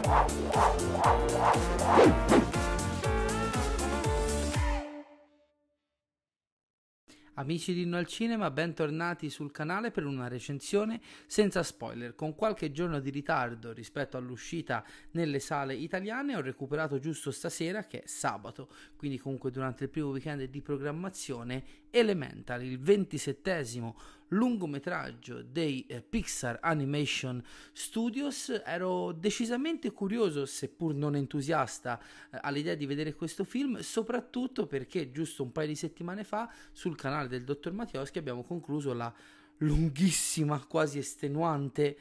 Amici di Inno al Cinema, bentornati sul canale per una recensione senza spoiler. Con qualche giorno di ritardo rispetto all'uscita nelle sale italiane, ho recuperato giusto stasera, che è sabato, quindi comunque durante il primo weekend di programmazione, Elemental, il 27esimo lungometraggio dei Pixar Animation Studios. Ero decisamente curioso, seppur non entusiasta, all'idea di vedere questo film, soprattutto perché giusto un paio di settimane fa sul canale del dottor Mattioschi abbiamo concluso la lunghissima, quasi estenuante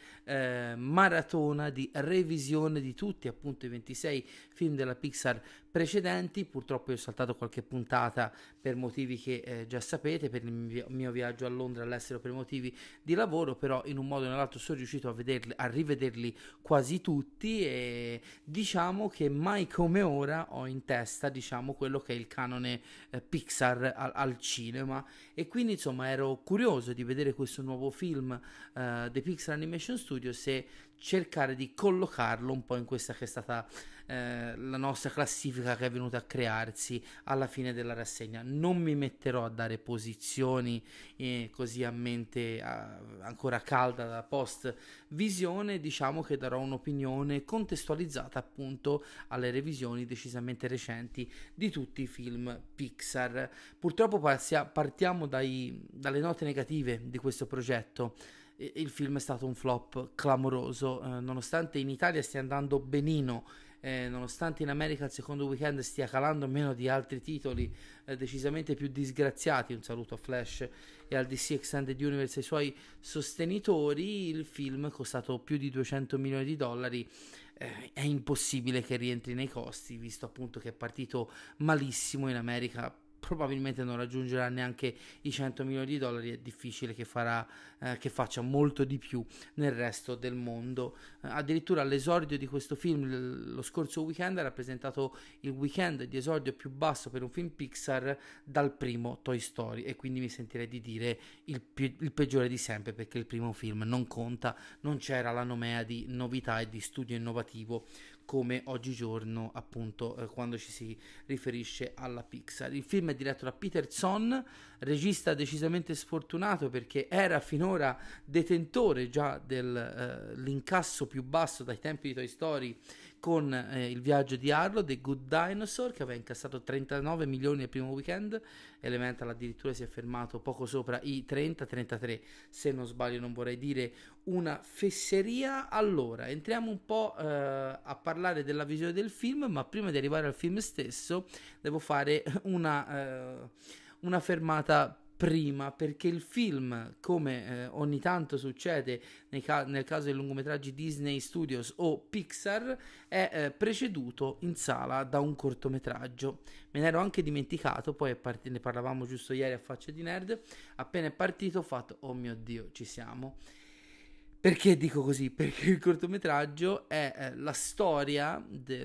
maratona di revisione di tutti appunto i 26 film della Pixar precedenti. Purtroppo io ho saltato qualche puntata per motivi che già sapete, per il mio viaggio a Londra all'estero, per motivi di lavoro, però in un modo o nell'altro sono riuscito a rivederli quasi tutti, e diciamo che mai come ora ho in testa, diciamo, quello che è il canone Pixar al cinema, e quindi insomma ero curioso di vedere questo nuovo film dei Pixar Animation Studios e cercare di collocarlo un po' in questa che è stata la nostra classifica che è venuta a crearsi alla fine della rassegna. Non mi metterò a dare posizioni così a mente ancora calda da post visione, diciamo che darò un'opinione contestualizzata appunto alle revisioni decisamente recenti di tutti i film Pixar. Purtroppo partiamo dalle note negative di questo progetto. Il film è stato un flop clamoroso, nonostante in Italia stia andando benino, nonostante in America il secondo weekend stia calando meno di altri titoli decisamente più disgraziati. Un saluto a Flash e al DC Extended Universe e ai suoi sostenitori. Il film, costato più di 200 milioni di dollari, è impossibile che rientri nei costi, visto appunto che è partito malissimo in America. Probabilmente non raggiungerà neanche i 100 milioni di dollari, è difficile che faccia molto di più nel resto del mondo. Addirittura l'esordio di questo film lo scorso weekend ha rappresentato il weekend di esordio più basso per un film Pixar dal primo Toy Story, e quindi mi sentirei di dire il peggiore di sempre, perché il primo film non conta, non c'era la nomea di novità e di studio innovativo come oggigiorno appunto quando ci si riferisce alla Pixar. Il film è diretto da Peter Zahn, regista decisamente sfortunato perché era finora detentore già dell'incasso più basso dai tempi di Toy Story con Il viaggio di Arlo, The Good Dinosaur, che aveva incassato 39 milioni al primo weekend. Elemental addirittura si è fermato poco sopra i 33 se non sbaglio, non vorrei dire una fesseria. Allora entriamo un po' a parlare della visione del film, ma prima di arrivare al film stesso devo fare una fermata prima, perché il film, come ogni tanto succede nel caso dei lungometraggi Disney Studios o Pixar, è preceduto in sala da un cortometraggio. Me ne ero anche dimenticato, poi ne parlavamo giusto ieri a Faccia di Nerd. Appena è partito ho fatto oh mio Dio, ci siamo. Perché dico così? Perché il cortometraggio è la storia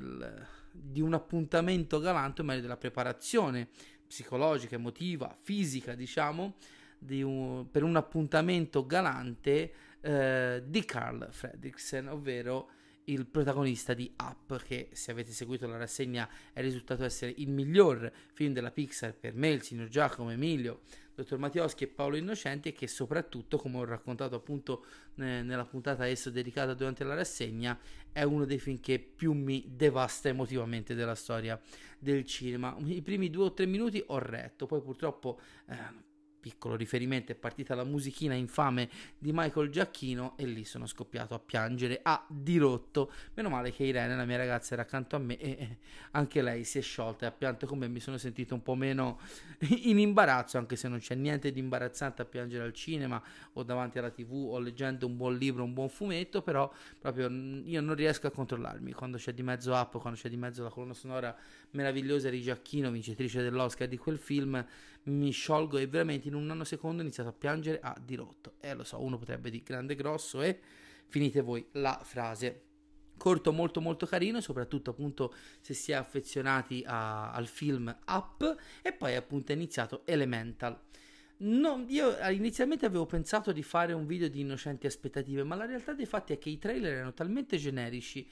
di un appuntamento galante, o meglio della preparazione psicologica, emotiva, fisica, diciamo, per un appuntamento galante di Carl Fredricksen, ovvero il protagonista di Up, che, se avete seguito la rassegna, è risultato essere il miglior film della Pixar per me, il signor Giacomo, Emilio, dottor Mattioschi e Paolo Innocenti, e che soprattutto, come ho raccontato appunto nella puntata a esso dedicata durante la rassegna, è uno dei film che più mi devasta emotivamente della storia del cinema. I primi 2 o 3 minuti ho retto, poi purtroppo piccolo riferimento, è partita la musichina infame di Michael Giacchino e lì sono scoppiato a piangere a dirotto. Meno male che Irene, la mia ragazza, era accanto a me e anche lei si è sciolta e ha pianto con me. Mi sono sentito un po' meno in imbarazzo, anche se non c'è niente di imbarazzante a piangere al cinema o davanti alla TV o leggendo un buon libro, un buon fumetto, però proprio io non riesco a controllarmi quando c'è di mezzo Up, quando c'è di mezzo la colonna sonora meravigliosa di Giacchino, vincitrice dell'Oscar di quel film. Mi sciolgo e veramente in un nanosecondo ho iniziato a piangere a dirotto. Lo so, uno potrebbe dire grande grosso e finite voi la frase. Corto molto molto carino, soprattutto appunto se si è affezionati al film Up. E poi appunto è iniziato Elemental. No, io inizialmente avevo pensato di fare un video di innocenti aspettative, ma la realtà dei fatti è che i trailer erano talmente generici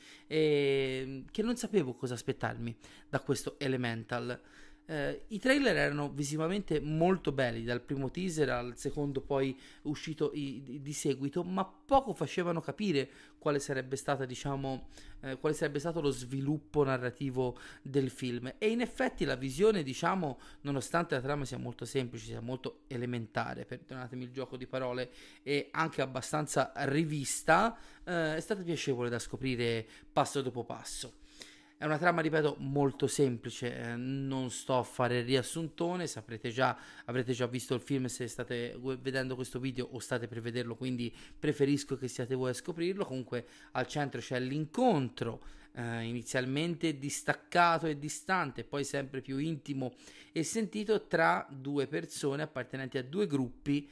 che non sapevo cosa aspettarmi da questo Elemental. I trailer erano visivamente molto belli, dal primo teaser al secondo poi uscito di seguito, ma poco facevano capire quale sarebbe stata, diciamo, quale sarebbe stato lo sviluppo narrativo del film. E in effetti la visione, diciamo, nonostante la trama sia molto semplice, sia molto elementare, perdonatemi il gioco di parole, e anche abbastanza rivista, è stata piacevole da scoprire passo dopo passo. È una trama, ripeto, molto semplice, non sto a fare il riassuntone, saprete già, avrete già visto il film se state vedendo questo video o state per vederlo, quindi preferisco che siate voi a scoprirlo. Comunque al centro c'è l'incontro, inizialmente distaccato e distante, poi sempre più intimo e sentito tra due persone appartenenti a due gruppi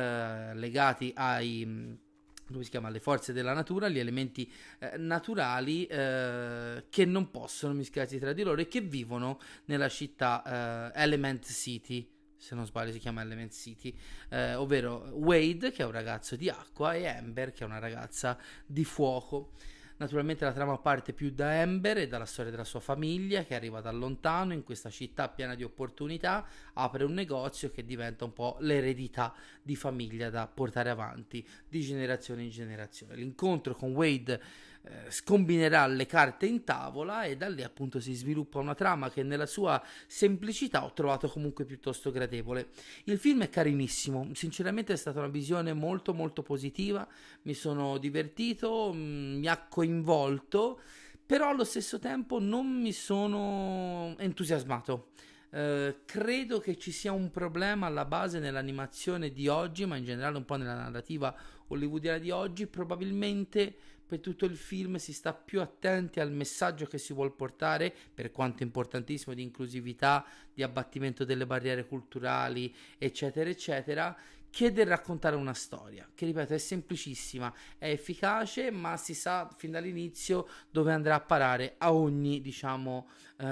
legati ai come si chiama, le forze della natura, gli elementi naturali che non possono mischiarsi tra di loro e che vivono nella città Element City, se non sbaglio si chiama Element City, ovvero Wade, che è un ragazzo di acqua, e Amber, che è una ragazza di fuoco. Naturalmente la trama parte più da Amber e dalla storia della sua famiglia, che arriva da lontano in questa città piena di opportunità, apre un negozio che diventa un po' l'eredità di famiglia da portare avanti di generazione in generazione. L'incontro con Wade scombinerà le carte in tavola e da lì appunto si sviluppa una trama che nella sua semplicità ho trovato comunque piuttosto gradevole. Il film è carinissimo, sinceramente è stata una visione molto molto positiva, mi sono divertito, mi ha coinvolto, però allo stesso tempo non mi sono entusiasmato. Credo che ci sia un problema alla base nell'animazione di oggi, ma in generale un po' nella narrativa hollywoodiana di oggi. Probabilmente per tutto il film si sta più attenti al messaggio che si vuol portare, per quanto importantissimo, di inclusività, di abbattimento delle barriere culturali, eccetera, eccetera, che del raccontare una storia, che ripeto è semplicissima, è efficace, ma si sa fin dall'inizio dove andrà a parare a ogni, diciamo,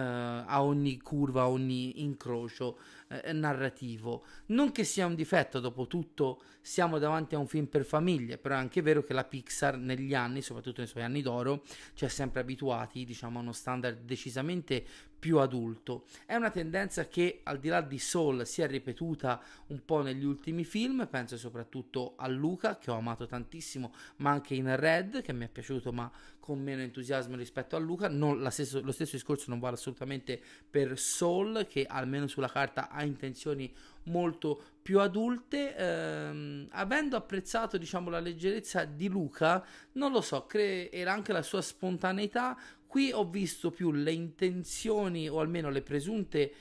a ogni curva, a ogni incrocio narrativo. Non che sia un difetto, dopo tutto siamo davanti a un film per famiglie, però è anche vero che la Pixar negli anni, soprattutto nei suoi anni d'oro, ci ha sempre abituati, diciamo, a uno standard decisamente più adulto. È una tendenza che al di là di Soul si è ripetuta un po' negli ultimi film, penso soprattutto a Luca che ho amato tantissimo, ma anche in Red che mi è piaciuto ma con meno entusiasmo rispetto a Luca. Lo stesso discorso non vale assolutamente per Soul, che almeno sulla carta ha intenzioni molto più adulte. Avendo apprezzato, diciamo, la leggerezza di Luca, non lo so, era anche la sua spontaneità. Qui ho visto più le intenzioni, o almeno le presunte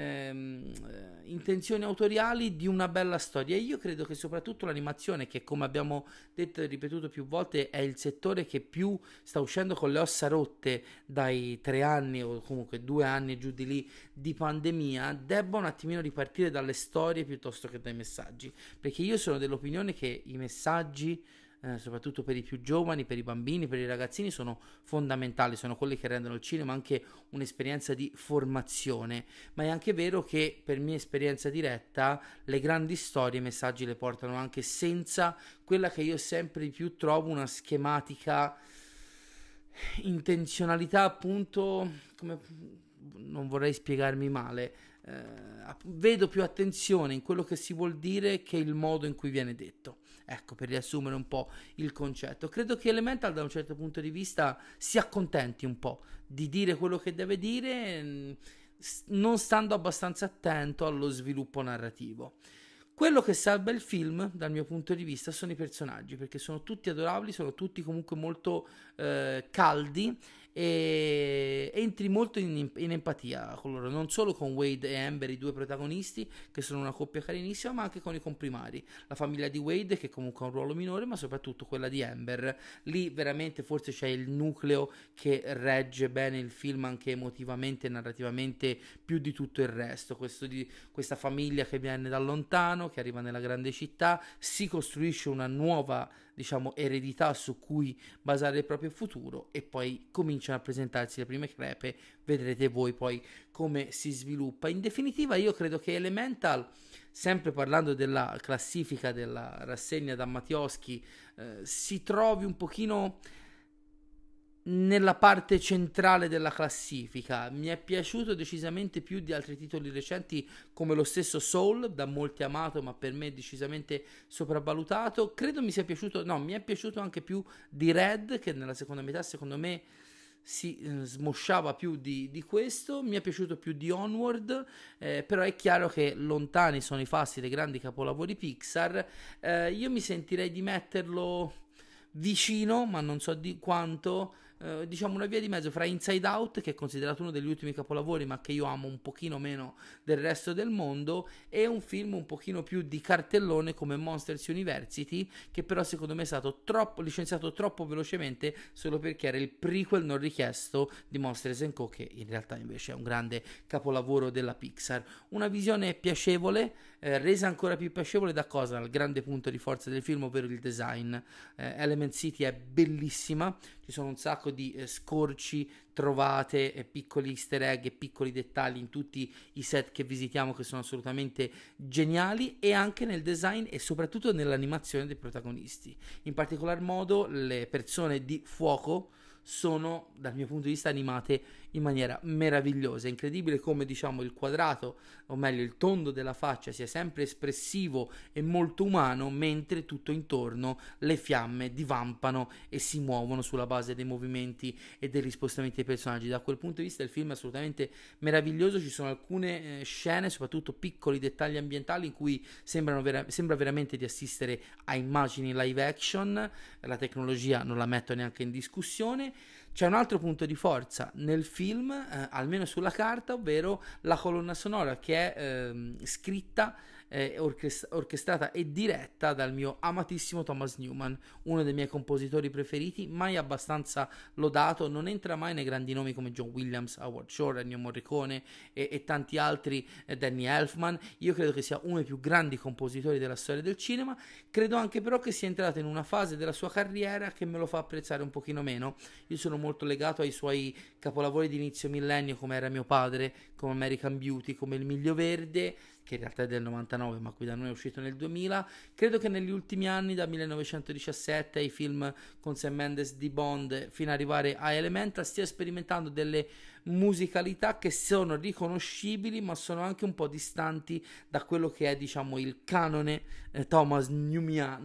intenzioni autoriali di una bella storia. E io credo che soprattutto l'animazione, che come abbiamo detto e ripetuto più volte è il settore che più sta uscendo con le ossa rotte dai 3 anni o comunque 2 anni giù di lì di pandemia, debba un attimino ripartire dalle storie piuttosto che dai messaggi, perché io sono dell'opinione che i messaggi soprattutto per i più giovani, per i bambini, per i ragazzini, sono fondamentali, sono quelli che rendono il cinema anche un'esperienza di formazione. Ma è anche vero che per mia esperienza diretta le grandi storie i messaggi le portano anche senza quella che io sempre di più trovo una schematica intenzionalità, appunto, come non vorrei spiegarmi male, vedo più attenzione in quello che si vuol dire che il modo in cui viene detto. Ecco, per riassumere un po' il concetto, credo che Elemental da un certo punto di vista si accontenti un po' di dire quello che deve dire, non stando abbastanza attento allo sviluppo narrativo. Quello che salva il film, dal mio punto di vista, sono i personaggi, perché sono tutti adorabili, sono tutti comunque molto caldi e entri molto in empatia con loro, non solo con Wade e Amber, i due protagonisti, che sono una coppia carinissima, ma anche con i comprimari, la famiglia di Wade, che comunque ha un ruolo minore, ma soprattutto quella di Amber. Lì veramente forse c'è il nucleo che regge bene il film anche emotivamente e narrativamente più di tutto il resto. Questa famiglia che viene da lontano, che arriva nella grande città, si costruisce una nuova, diciamo, eredità su cui basare il proprio futuro, e poi cominciano a presentarsi le prime crepe. Vedrete voi poi come si sviluppa. In definitiva, io credo che Elemental, sempre parlando della classifica della rassegna da Mattioschi, si trovi un pochino nella parte centrale della classifica. Mi è piaciuto decisamente più di altri titoli recenti, come lo stesso Soul, da molti amato ma per me decisamente sopravvalutato. Credo mi sia piaciuto, no, mi è piaciuto anche più di Red, che nella seconda metà secondo me si smosciava più di questo. Mi è piaciuto più di Onward, però è chiaro che lontani sono i fasti dei grandi capolavori Pixar. Io mi sentirei di metterlo vicino, ma non so di quanto, diciamo una via di mezzo fra Inside Out, che è considerato uno degli ultimi capolavori ma che io amo un pochino meno del resto del mondo, e un film un pochino più di cartellone come Monsters University, che però secondo me è stato licenziato troppo velocemente solo perché era il prequel non richiesto di Monsters Co., che in realtà invece è un grande capolavoro della Pixar. Una visione piacevole, resa ancora più piacevole da cosa? Dal grande punto di forza del film, ovvero il design. Element City è bellissima, ci sono un sacco di scorci, trovate, piccoli easter egg e piccoli dettagli in tutti i set che visitiamo, che sono assolutamente geniali, e anche nel design e soprattutto nell'animazione dei protagonisti. In particolar modo le persone di fuoco sono, dal mio punto di vista, animate in maniera meravigliosa. È incredibile come, diciamo, il quadrato, o meglio il tondo della faccia, sia sempre espressivo e molto umano, mentre tutto intorno le fiamme divampano e si muovono sulla base dei movimenti e degli spostamenti dei personaggi. Da quel punto di vista il film è assolutamente meraviglioso. Ci sono alcune scene, soprattutto piccoli dettagli ambientali, in cui sembra veramente di assistere a immagini live action. La tecnologia non la metto neanche in discussione. C'è un altro punto di forza nel film, almeno sulla carta, ovvero la colonna sonora, che è scritta, orchestrata e diretta dal mio amatissimo Thomas Newman, uno dei miei compositori preferiti, mai abbastanza lodato. Non entra mai nei grandi nomi come John Williams, Howard Shore, Ennio Morricone e tanti altri, Danny Elfman. Io credo che sia uno dei più grandi compositori della storia del cinema. Credo anche però che sia entrato in una fase della sua carriera che me lo fa apprezzare un pochino meno. Io sono molto legato ai suoi capolavori di inizio millennio, come Era mio padre, come American Beauty, come Il Miglio Verde, che in realtà è del 99 ma qui da noi è uscito nel 2000. Credo che negli ultimi anni, da 1917 ai film con Sam Mendes di Bond fino ad arrivare a Elemental, stia sperimentando delle musicalità che sono riconoscibili ma sono anche un po' distanti da quello che è, diciamo, il canone Thomas Newman.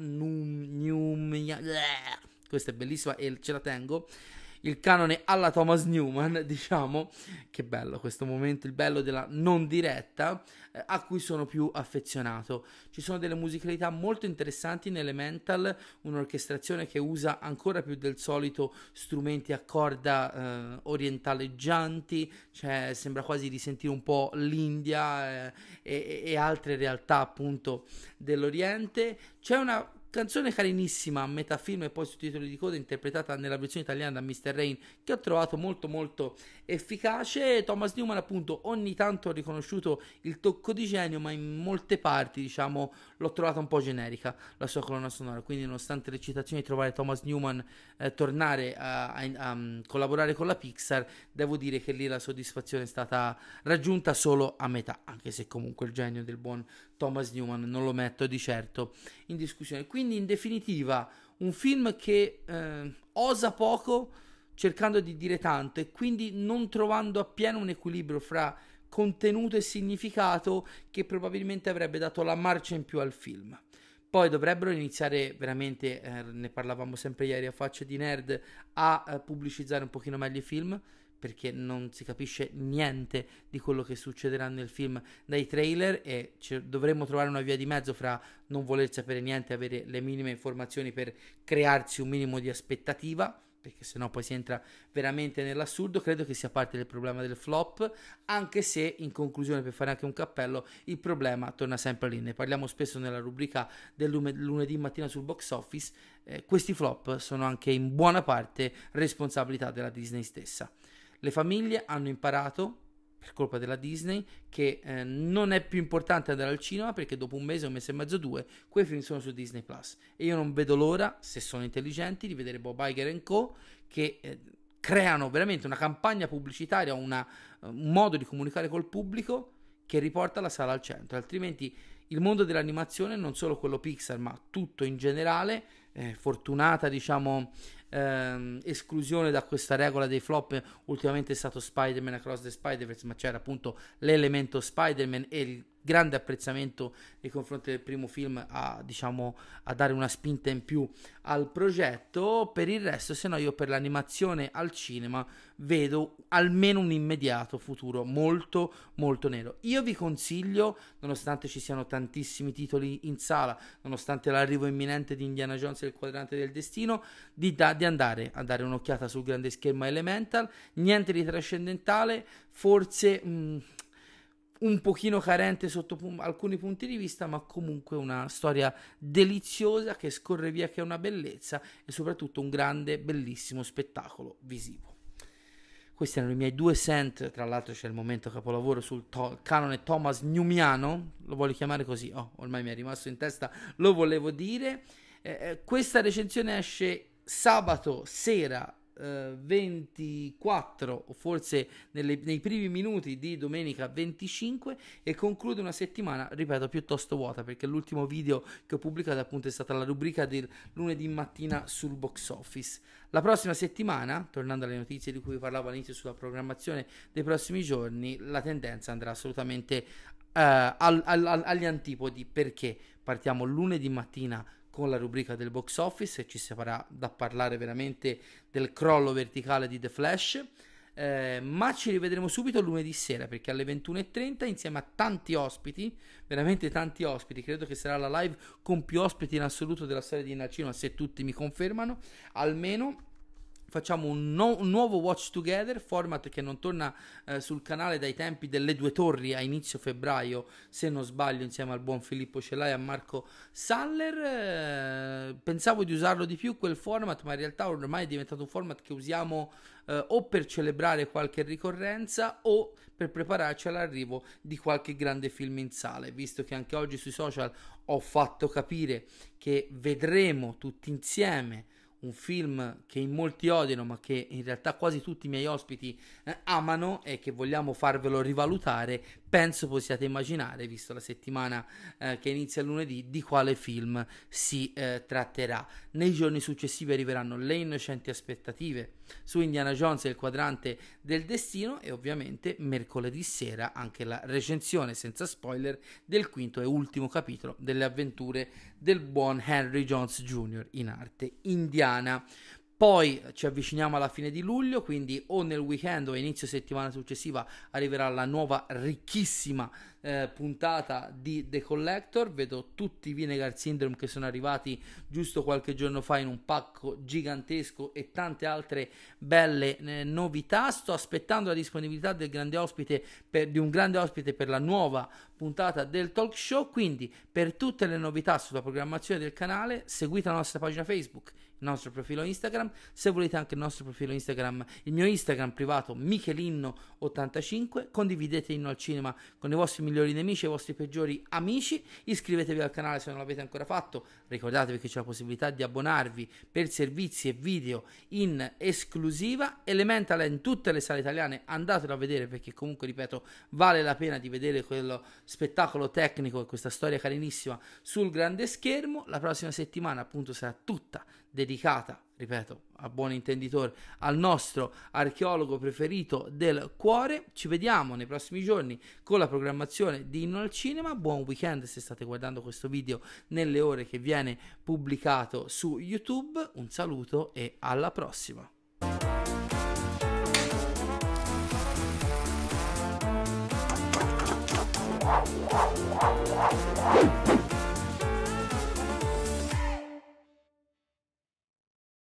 Questa è bellissima e ce la tengo. Il canone alla Thomas Newman, diciamo. Che bello questo momento, il bello della non diretta, a cui sono più affezionato. Ci sono delle musicalità molto interessanti in Elemental, un'orchestrazione che usa ancora più del solito strumenti a corda orientaleggianti, cioè sembra quasi di sentire un po' l'India e altre realtà appunto dell'Oriente. C'è una canzone carinissima a metà film e poi su titoli di coda, interpretata nella versione italiana da Mr. Rain, che ho trovato molto molto efficace. Thomas Newman, appunto, ogni tanto ho riconosciuto il tocco di genio, ma in molte parti, diciamo, l'ho trovata un po' generica la sua colonna sonora. Quindi, nonostante le citazioni di trovare Thomas Newman tornare a collaborare con la Pixar, devo dire che lì la soddisfazione è stata raggiunta solo a metà, anche se comunque il genio del buon Thomas Newman non lo metto di certo in discussione. Quindi, in definitiva, un film che osa poco cercando di dire tanto, e quindi non trovando appieno un equilibrio fra contenuto e significato, che probabilmente avrebbe dato la marcia in più al film. Poi dovrebbero iniziare veramente, ne parlavamo sempre ieri a Facce di Nerd, a pubblicizzare un pochino meglio i film, perché non si capisce niente di quello che succederà nel film dai trailer, e dovremmo trovare una via di mezzo fra non voler sapere niente e avere le minime informazioni per crearsi un minimo di aspettativa, perché sennò poi si entra veramente nell'assurdo. Credo che sia parte del problema del flop, anche se, in conclusione, per fare anche un cappello, il problema torna sempre lì. Ne parliamo spesso nella rubrica del lunedì mattina sul box office. Questi flop sono anche in buona parte responsabilità della Disney stessa. Le famiglie hanno imparato, per colpa della Disney, che non è più importante andare al cinema perché dopo un mese e mezzo, 2, quei film sono su Disney Plus. E io non vedo l'ora, se sono intelligenti, di vedere Bob Iger & Co. che creano veramente una campagna pubblicitaria, un modo di comunicare col pubblico che riporta la sala al centro. Altrimenti il mondo dell'animazione, non solo quello Pixar ma tutto in generale, fortunata diciamo esclusione da questa regola dei flop ultimamente è stato Spider-Man Across the Spider-Verse, ma c'era appunto l'elemento Spider-Man e il grande apprezzamento nei confronti del primo film a dare una spinta in più al progetto. Per il resto, se no, io per l'animazione al cinema vedo almeno un immediato futuro molto molto nero. Io vi consiglio, nonostante ci siano tantissimi titoli in sala, nonostante l'arrivo imminente di Indiana Jones e il quadrante del destino, di andare a dare un'occhiata sul grande schermo a Elemental. Niente di trascendentale, forse un pochino carente sotto alcuni punti di vista, ma comunque una storia deliziosa che scorre via, che è una bellezza, e soprattutto un grande bellissimo spettacolo visivo. Questi erano i miei 2 cent. Tra l'altro c'è il momento capolavoro sul canone Thomas Newmiano, lo voglio chiamare così, ormai mi è rimasto in testa, lo volevo dire. Questa recensione esce sabato sera 24, o forse nei primi minuti di domenica 25, e conclude una settimana, ripeto, piuttosto vuota, perché l'ultimo video che ho pubblicato appunto è stata la rubrica del lunedì mattina sul box office. La prossima settimana, tornando alle notizie di cui vi parlavo all'inizio sulla programmazione dei prossimi giorni, la tendenza andrà assolutamente agli antipodi, perché partiamo lunedì mattina con la rubrica del box office e ci sarà da parlare veramente del crollo verticale di The Flash, ma ci rivedremo subito lunedì sera, perché alle 21:30 insieme a tanti ospiti, veramente tanti ospiti, credo che sarà la live con più ospiti in assoluto della storia di Inal Cinema, se tutti mi confermano almeno. Facciamo un nuovo Watch Together, format che non torna sul canale dai tempi delle Due Torri a inizio febbraio, se non sbaglio, insieme al buon Filippo Celai e a Marco Saller. Pensavo di usarlo di più quel format, ma in realtà ormai è diventato un format che usiamo o per celebrare qualche ricorrenza o per prepararci all'arrivo di qualche grande film in sale, visto che anche oggi sui social ho fatto capire che vedremo tutti insieme un film che in molti odiano, ma che in realtà quasi tutti i miei ospiti amano, e che vogliamo farvelo rivalutare. Penso possiate immaginare, visto la settimana che inizia lunedì, di quale film si tratterà. Nei giorni successivi arriveranno Le innocenti aspettative su Indiana Jones e il quadrante del destino, e ovviamente mercoledì sera anche la recensione senza spoiler del quinto e ultimo capitolo delle avventure del buon Henry Jones Jr. in arte indiana. Poi ci avviciniamo alla fine di luglio, quindi o nel weekend o inizio settimana successiva arriverà la nuova ricchissima puntata di The Collector. Vedo tutti i Vinegar Syndrome che sono arrivati giusto qualche giorno fa in un pacco gigantesco, e tante altre belle novità. Sto aspettando la disponibilità del grande ospite di un grande ospite per la nuova puntata del talk show. Quindi per tutte le novità sulla programmazione del canale seguite la nostra pagina Facebook, il nostro profilo Instagram. Se volete anche il nostro profilo Instagram, il mio Instagram privato Michelino85, condividete Inno al Cinema con i vostri migliori nemici e i vostri peggiori amici. Iscrivetevi al canale se non l'avete ancora fatto. Ricordatevi che c'è la possibilità di abbonarvi per servizi e video in esclusiva. Elemental è in tutte le sale italiane, andatelo a vedere, perché comunque, ripeto, vale la pena di vedere quello spettacolo tecnico e questa storia carinissima sul grande schermo. La prossima settimana appunto sarà tutta dedicata, ripeto, a buon intenditore, al nostro archeologo preferito del cuore. Ci vediamo nei prossimi giorni con la programmazione di Inno al Cinema. Buon weekend se state guardando questo video nelle ore che viene pubblicato su YouTube. Un saluto e alla prossima.